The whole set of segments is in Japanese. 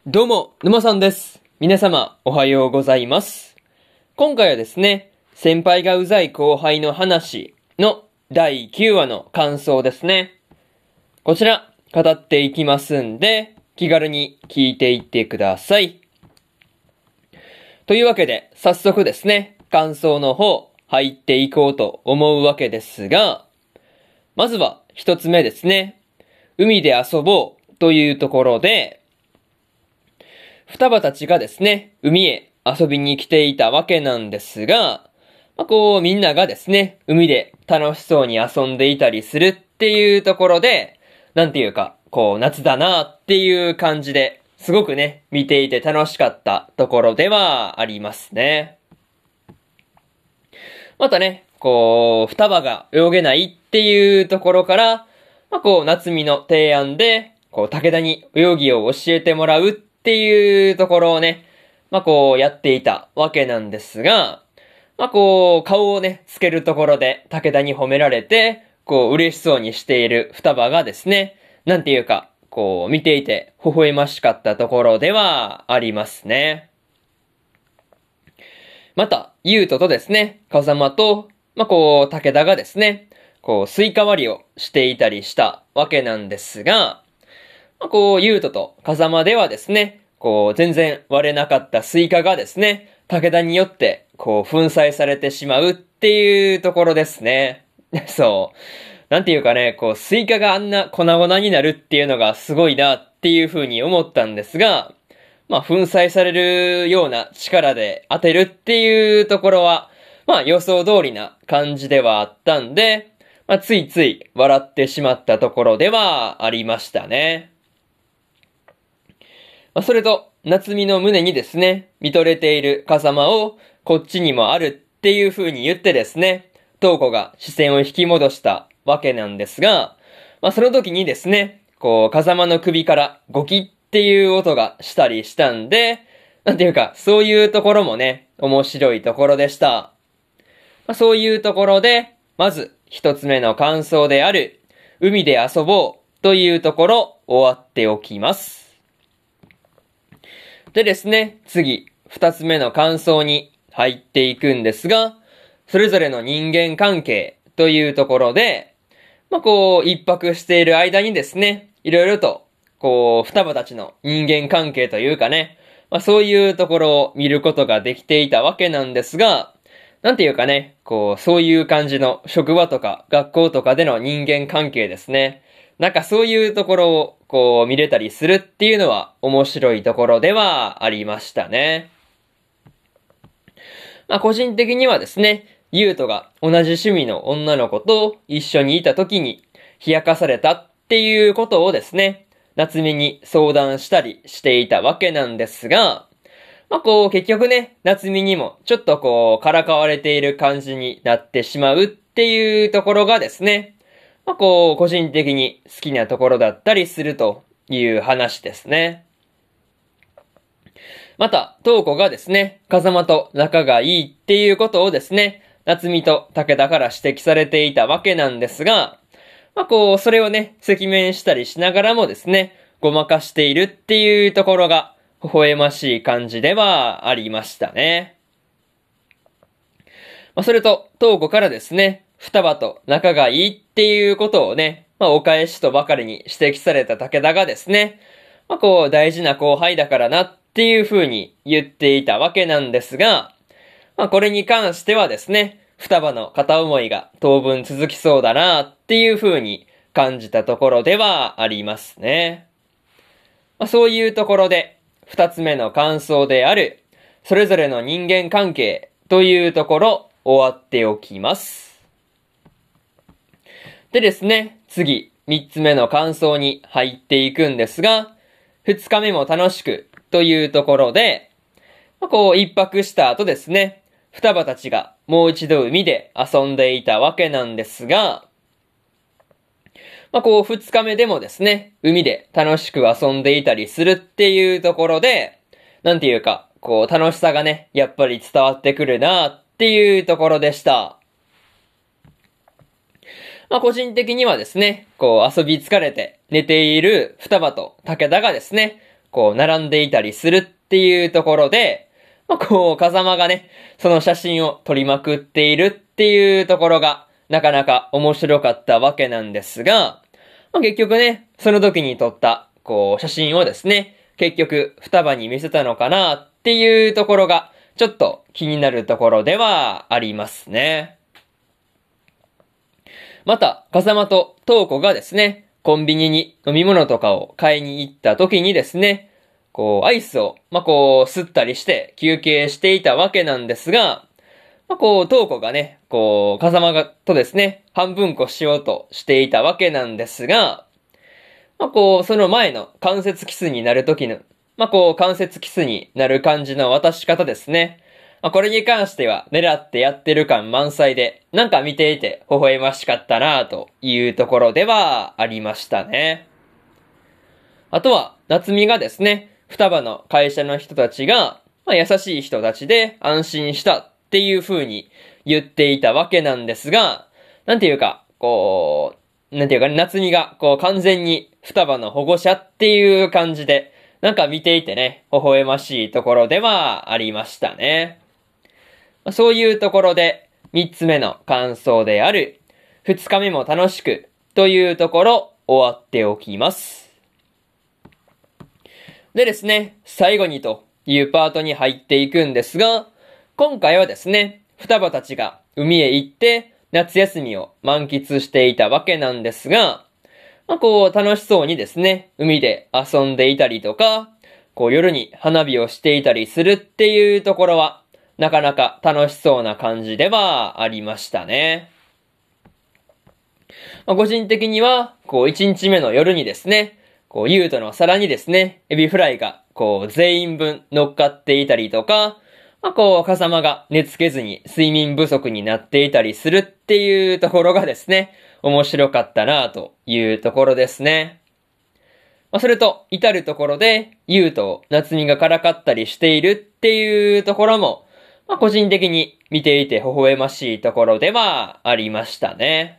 どうも、沼さんです。皆様、おはようございます。今回はですね、先輩がうざい後輩の話の第9話の感想ですね。こちら、語っていきますんで、気軽に聞いていってください。というわけで、早速ですね、感想の方、入っていこうと思うわけですが、まずは一つ目ですね。海で遊ぼうというところで、双葉たちがですね、海へ遊びに来ていたわけなんですが、みんながですね、海で楽しそうに遊んでいたりするっていうところで、夏だなっていう感じで、すごくね、見ていて楽しかったところではありますね。またね、双葉が泳げないっていうところから、夏美の提案で、武田に泳ぎを教えてもらうっていうところをね、やっていたわけなんですが、顔をね、つけるところで武田に褒められて、嬉しそうにしている双葉がですね、見ていて微笑ましかったところではありますね。また、優斗とですね、風間と、武田がですね、スイカ割りをしていたりしたわけなんですが、優斗と風間ではですね、全然割れなかったスイカがですね、武田によって、粉砕されてしまうっていうところですね。そう。スイカがあんな粉々になるっていうのがすごいなっていう風に思ったんですが、粉砕されるような力で当てるっていうところは、予想通りな感じではあったんで、ついつい笑ってしまったところではありましたね。それと、夏美の胸にですね、見とれている風間を、こっちにもあるっていう風に言ってですね、東子が視線を引き戻したわけなんですが、その時にですね、風間の首からゴキっていう音がしたりしたんで、そういうところもね、面白いところでした。そういうところで、まず一つ目の感想である、海で遊ぼうというところ終わっておきます。でですね、次、二つ目の感想に入っていくんですが、それぞれの人間関係というところで、一泊している間にですね、いろいろと、双葉たちの人間関係というかね、そういうところを見ることができていたわけなんですが、そういう感じの職場とか学校とかでの人間関係ですね。そういうところを見れたりするっていうのは面白いところではありましたね。個人的にはですね、優斗が同じ趣味の女の子と一緒にいた時に冷やかされたっていうことをですね、夏美に相談したりしていたわけなんですが、結局ね、夏美にもちょっとからかわれている感じになってしまうっていうところがですね、個人的に好きなところだったりするという話ですね。また、東子がですね、風間と仲がいいっていうことをですね、夏美と武田から指摘されていたわけなんですが、それをね、赤面したりしながらもですね、ごまかしているっていうところが、微笑ましい感じではありましたね。それと、東子からですね、双葉と仲がいいっていうことをね、お返しとばかりに指摘された武田がですね、大事な後輩だからなっていう風に言っていたわけなんですが、これに関してはですね、双葉の片思いが当分続きそうだなっていう風に感じたところではありますね。そういうところで、二つ目の感想である、それぞれの人間関係というところ終わっておきます。でですね、次、三つ目の感想に入っていくんですが、二日目も楽しくというところで、一泊した後ですね、双葉たちがもう一度海で遊んでいたわけなんですが、二日目でもですね、海で楽しく遊んでいたりするっていうところで、楽しさがね、やっぱり伝わってくるなっていうところでした。個人的にはですね、遊び疲れて寝ている双葉と武田がですね、 こう、並んでいたりするっていうところで、風間がね、その写真を撮りまくっているっていうところが、なかなか面白かったわけなんですが、結局ね、その時に撮った、写真をですね、結局、双葉に見せたのかなっていうところが、ちょっと気になるところではありますね。また、風間と東子がですね、コンビニに飲み物とかを買いに行った時にですね、アイスを、吸ったりして休憩していたわけなんですが、東子がね、風間とですね、半分こしようとしていたわけなんですが、その前の関節キスになる時の、関節キスになる感じの渡し方ですね。これに関しては狙ってやってる感満載で、なんか見ていて微笑ましかったなというところではありましたね。あとは、夏美がですね、双葉の会社の人たちが、優しい人たちで安心したっていう風に言っていたわけなんですが、夏美が完全に双葉の保護者っていう感じで、なんか見ていてね、微笑ましいところではありましたね。そういうところで、3つ目の感想である、2日目も楽しくというところ終わっておきます。でですね、最後にというパートに入っていくんですが、今回はですね、双葉たちが海へ行って夏休みを満喫していたわけなんですが、楽しそうにですね、海で遊んでいたりとか、夜に花火をしていたりするっていうところは、なかなか楽しそうな感じではありましたね。個人的には、1日目の夜にですね、ユウトの皿にですね、エビフライが、全員分乗っかっていたりとか、風間が寝つけずに睡眠不足になっていたりするっていうところがですね、面白かったなというところですね。それと、至るところで、ユウと夏美がからかったりしているっていうところも、個人的に見ていて微笑ましいところではありましたね。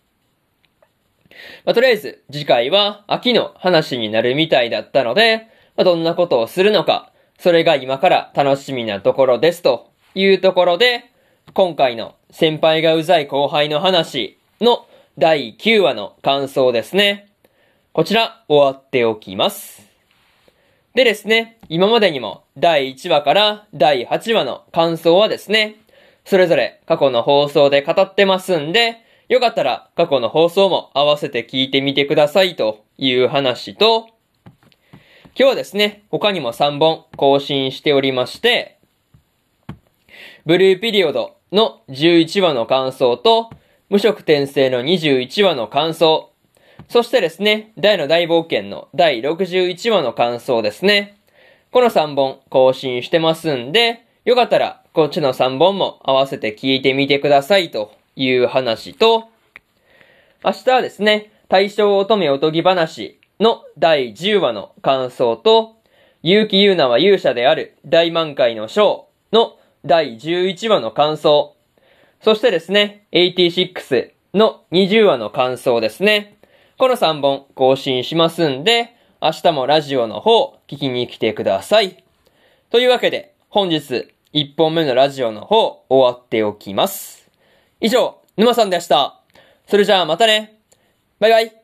とりあえず、次回は秋の話になるみたいだったので、どんなことをするのか、それが今から楽しみなところですというところで、今回の先輩がうざい後輩の話の第9話の感想ですね。こちら終わっておきます。でですね、今までにも第1話から第8話の感想はですね、それぞれ過去の放送で語ってますんで、よかったら過去の放送も合わせて聞いてみてくださいという話と、今日はですね、他にも3本更新しておりまして、ブルーピリオドの11話の感想と、無色転生の21話の感想、そしてですね、大の大冒険の第61話の感想ですね。この3本更新してますんで、よかったらこっちの3本も合わせて聞いてみてくださいという話と、明日はですね、大正乙女おとぎ話の第10話の感想と、結城優奈は勇者である大満開の章の第11話の感想、そしてですね、86の20話の感想ですね。この3本更新しますんで、明日もラジオの方聞きに来てください。というわけで、本日1本目のラジオの方終わっておきます。以上、沼さんでした。それじゃあまたね。バイバイ。